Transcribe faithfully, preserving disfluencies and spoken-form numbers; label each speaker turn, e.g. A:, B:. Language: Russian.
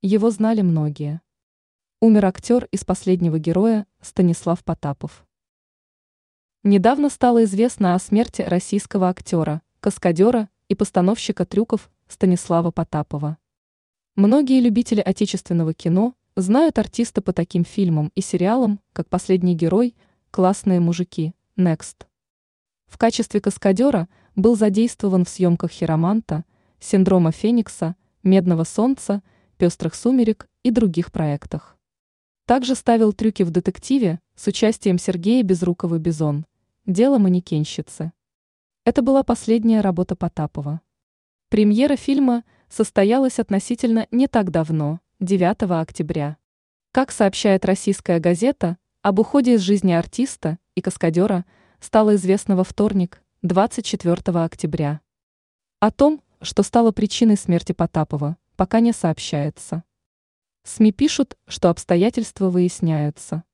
A: его знали многие. Умер актер из «Последнего героя» Станислав Потапов. Недавно стало известно о смерти российского актера, каскадера и постановщика трюков Станислава Потапова. Многие любители отечественного кино знают артиста по таким фильмам и сериалам, как «Последний герой», «Классные мужики», «Next». В качестве каскадера был задействован в съемках «Хироманта», «Синдрома Феникса», «Медного солнца», «Пестрых сумерек» и других проектах. Также ставил трюки в детективе с участием Сергея Безрукова-Бизон «Дело манекенщицы». Это была последняя работа Потапова. Премьера фильма состоялась относительно не так давно, девятого октября. Как сообщает российская газета, об уходе из жизни артиста и каскадера стало известно во вторник, двадцать четвёртого октября. О том, что стало причиной смерти Потапова, пока не сообщается. СМИ пишут, что обстоятельства выясняются.